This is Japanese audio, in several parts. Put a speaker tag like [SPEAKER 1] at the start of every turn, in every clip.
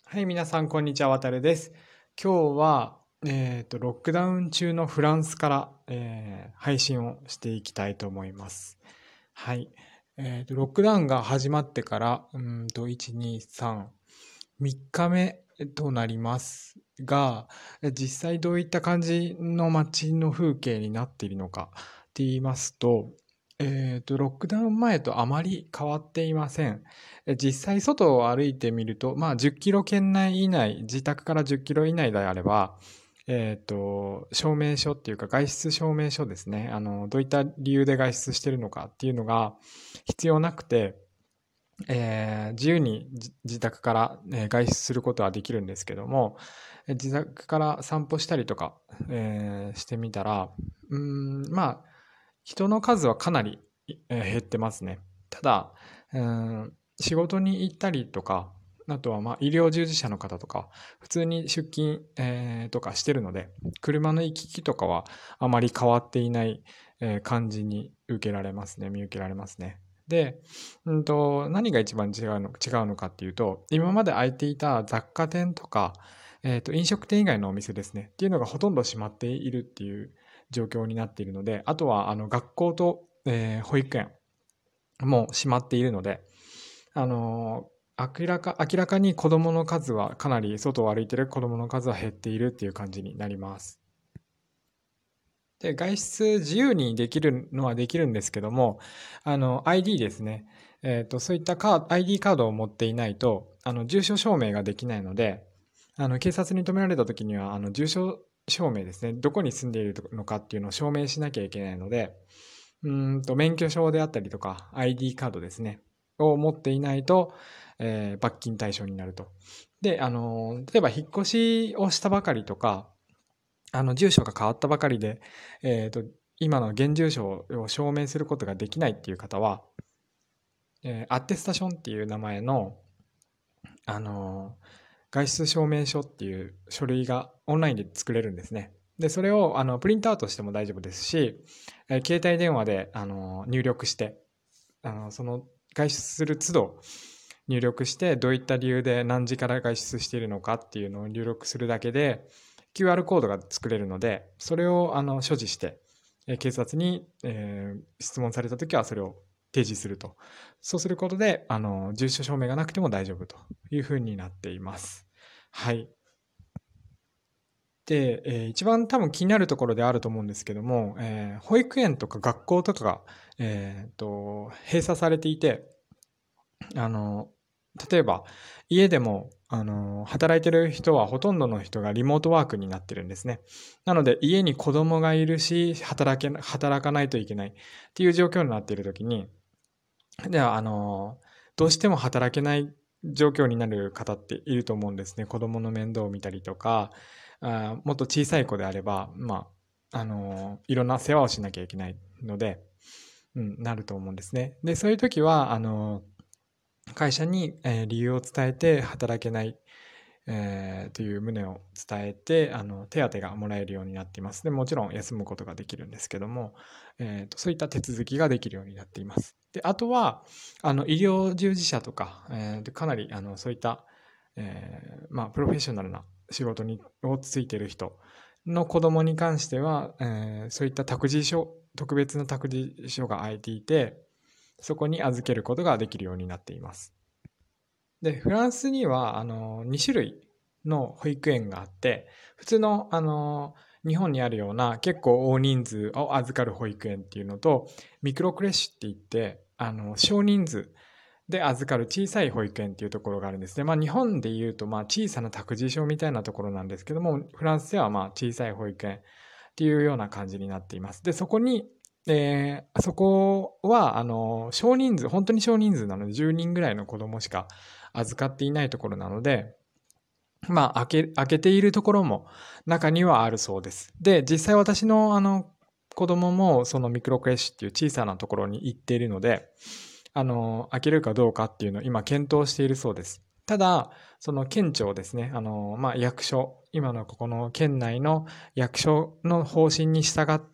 [SPEAKER 1] はい、皆さん、こんにちは。わたるです。今日は、ロックダウン中のフランスから、配信をしていきたいと思います。はい。ロックダウンが始まってから、1、2、3、3日目となりますが、実際どういった感じの街の風景になっているのかって言いますと、ロックダウン前とあまり変わっていません。実際外を歩いてみると、10キロ圏内以内、自宅から10キロ以内であれば、証明書っていうか外出証明書ですね。どういった理由で外出しているのかっていうのが必要なくて、自由に自宅から、外出することはできるんですけども、自宅から散歩したりとか、してみたら、人の数はかなり、減ってますね。ただ、仕事に行ったりとか、あとは医療従事者の方とか、普通に出勤、とかしてるので、車の行き来とかはあまり変わっていない、感じに見受けられますね。で、何が一番違うのかっていうと、今まで開いていた雑貨店とか、飲食店以外のお店ですね、っていうのがほとんど閉まっているっていう状況になっているので、あとは学校と、保育園も閉まっているので、あの明らかに子供の数はかなり外を歩いている子供の数は減っているっていう感じになります。で、外出自由にできるのはできるんですけども、ID ですね。そういったID カードを持っていないと、住所証明ができないので、警察に止められた時には、住所証明ですね。どこに住んでいるのかっていうのを証明しなきゃいけないので、免許証であったりとか、ID カードですね。を持っていないと、罰金対象になると。で、例えば引っ越しをしたばかりとか、住所が変わったばかりで、今の現住所を証明することができないっていう方は、アテスタションっていう名前の、あの、外出証明書っていう書類がオンラインで作れるんですね。で、それをプリントアウトしても大丈夫ですし、携帯電話で入力して、その外出する都度入力して、どういった理由で何時から外出しているのかっていうのを入力するだけで、QR コードが作れるので、それを所持して、警察に、質問されたときはそれを提示すると。そうすることで、住所証明がなくても大丈夫というふうになっています。はい。で、一番多分気になるところであると思うんですけども、保育園とか学校とかが、閉鎖されていて、あの、例えば家でも、働いてる人はほとんどの人がリモートワークになってるんですね。なので家に子供がいるし、働かないといけないっていう状況になっているときに、では、どうしても働けない状況になる方っていると思うんですね。子供の面倒を見たりとか、もっと小さい子であれば、いろんな世話をしなきゃいけないので、なると思うんですね。で、そういう時は、会社に、理由を伝えて働けない、という旨を伝えて、手当がもらえるようになっています。で、もちろん休むことができるんですけども、そういった手続きができるようになっています。で、あとは、医療従事者とか、かなり、そういった、プロフェッショナルな仕事をついている人の子供に関しては、そういった特別な託児所が空いていて、そこに預けることができるようになっています。で、フランスには、2種類の保育園があって、普通の、日本にあるような結構大人数を預かる保育園っていうのと、ミクロクレッシュって言って、少人数で預かる小さい保育園っていうところがあるんですね。日本で言うと、小さな託児所みたいなところなんですけども、フランスでは小さい保育園っていうような感じになっています。で、そこは、本当に少人数なので、10人ぐらいの子供しか預かっていないところなので、開けているところも中にはあるそうです。で、実際私の子供もそのミクロクレッシュっていう小さなところに行っているので、開けるかどうかっていうのを今検討しているそうです。ただ、その県庁ですね、役所、今のここの県内の役所の方針に従って、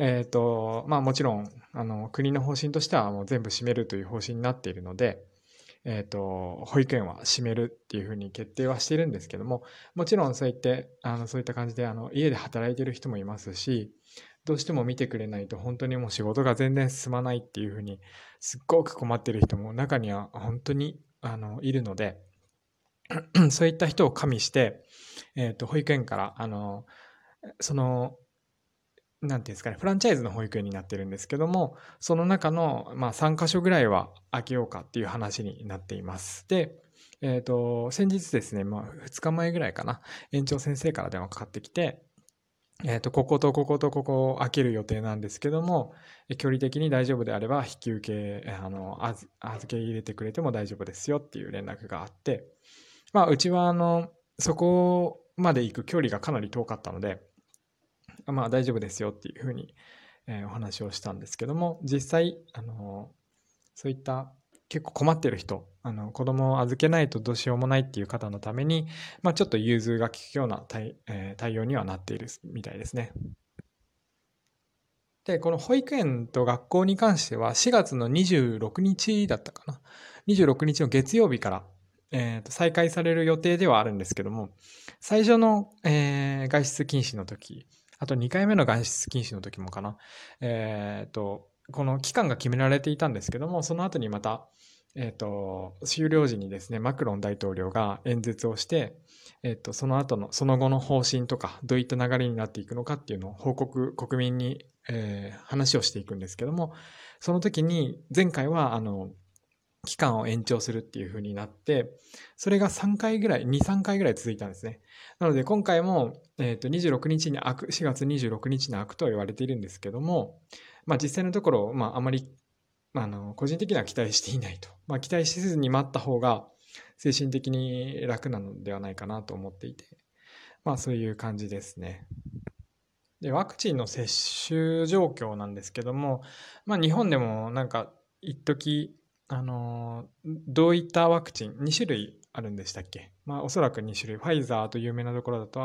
[SPEAKER 1] もちろん、国の方針としてはもう全部閉めるという方針になっているので、 保育園は閉めるっていうふうに決定はしているんですけども、もちろんそういってそういった感じで家で働いてる人もいますし、どうしても見てくれないと本当にもう仕事が全然進まないっていうふうにすっごく困ってる人も中には本当にいるので、そういった人を加味して、保育園からそのなんていうんですかね、フランチャイズの保育園になってるんですけども、その中の、3箇所ぐらいは開けようかっていう話になっています。で、先日ですね、2日前ぐらいかな、園長先生から電話かかってきて、こことこことここを開ける予定なんですけども、距離的に大丈夫であれば引き受け、預け入れてくれても大丈夫ですよっていう連絡があって、うちはそこまで行く距離がかなり遠かったので、大丈夫ですよっていうふうに、お話をしたんですけども、実際、そういった結構困ってる人、子供を預けないとどうしようもないっていう方のために、ちょっと融通が利くような対応にはなっているみたいですね。で、この保育園と学校に関しては4月の26日だったかな。26日の月曜日から、再開される予定ではあるんですけども、最初の、外出禁止の時、あと2回目の外出禁止の時もかな。この期間が決められていたんですけども、その後にまた、終了時にですね、マクロン大統領が演説をして、その後の、その後の方針とか、どういった流れになっていくのかっていうのを国民に、話をしていくんですけども、その時に、前回は、期間を延長するっていう風になって、それが3回ぐらい、2、3回ぐらい続いたんですね。なので、今回も、26日に開く、4月26日に開くとは言われているんですけども、実際のところ、あまり、個人的には期待していないと。期待しずに待った方が、精神的に楽なのではないかなと思っていて、そういう感じですね。で、ワクチンの接種状況なんですけども、日本でもなんか、一時どういったワクチン、2種類あるんでしたっけ？おそらく2種類。ファイザーと有名なところだと、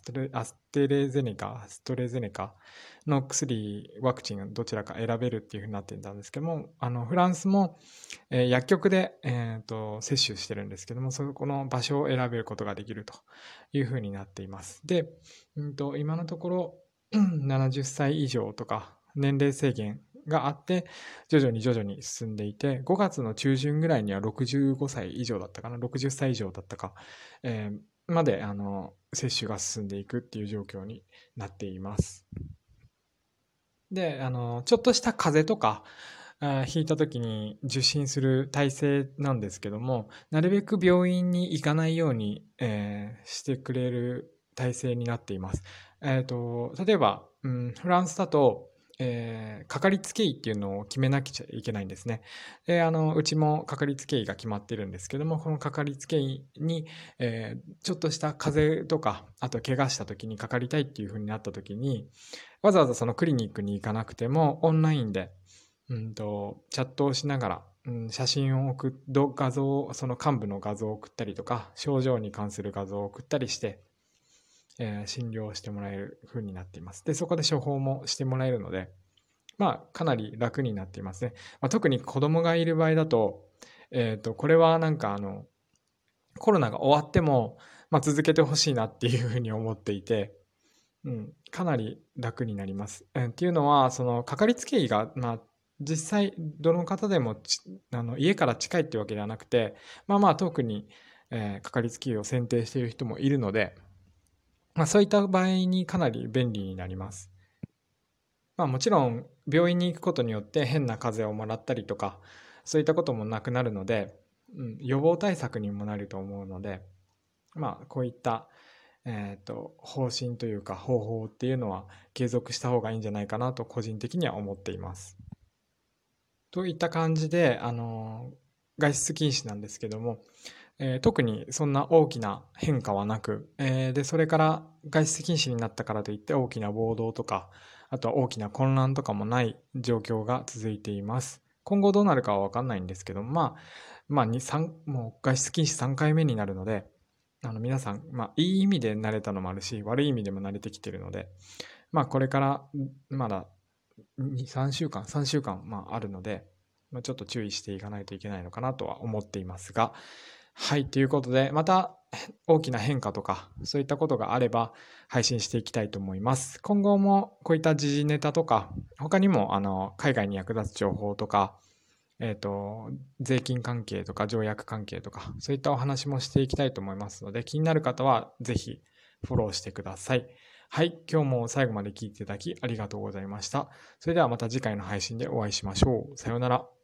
[SPEAKER 1] アストレゼネカの薬、ワクチンどちらか選べるっていうふうになっていたんですけども、フランスも、薬局で、接種してるんですけども、そこの場所を選べることができるというふうになっています。で、今のところ、70歳以上とか年齢制限があって、徐々に進んでいて、5月の中旬ぐらいには65歳以上だったかな、60歳以上だったか、まで、接種が進んでいくっていう状況になっています。で、ちょっとした風邪とか、ひいた時に受診する体制なんですけども、なるべく病院に行かないように、してくれる体制になっています。例えば、フランスだと、かかりつけ医っていうのを決めなきゃいけないんですね。で、うちもかかりつけ医が決まってるんですけども、このかかりつけ医に、ちょっとした風邪とか、あと怪我した時にかかりたいっていう風になった時に、わざわざそのクリニックに行かなくても、オンラインで、チャットをしながら、写真を画像、その幹部の画像を送ったりとか、症状に関する画像を送ったりして、診療してもらえる風になっています。で、そこで処方もしてもらえるので、かなり楽になっていますね。特に子供がいる場合だと、これはなんかコロナが終わっても、続けてほしいなっていう風に思っていて、かなり楽になります。っていうのは、そのかかりつけ医が、実際どの方でも家から近いってわけではなくて、特に、かかりつけ医を選定している人もいるので、そういった場合にかなり便利になります。もちろん病院に行くことによって変な風邪をもらったりとか、そういったこともなくなるので、予防対策にもなると思うので、こういった、方針というか方法っていうのは継続した方がいいんじゃないかなと個人的には思っています。といった感じで、外出禁止なんですけども、特にそんな大きな変化はなく、で、それから外出禁止になったからといって大きな暴動とか、あとは大きな混乱とかもない状況が続いています。今後どうなるかはわかんないんですけど、もう外出禁止3回目になるので、皆さん、いい意味で慣れたのもあるし、悪い意味でも慣れてきてるので、これからまだ2、3週間、3週間、あるので、 ちょっと注意していかないといけないのかなとは思っていますが、はい、ということで、また大きな変化とか、そういったことがあれば配信していきたいと思います。今後もこういった時事ネタとか、他にも海外に役立つ情報とか、税金関係とか条約関係とか、そういったお話もしていきたいと思いますので、気になる方はぜひフォローしてください。はい、今日も最後まで聞いていただきありがとうございました。それではまた次回の配信でお会いしましょう。さようなら。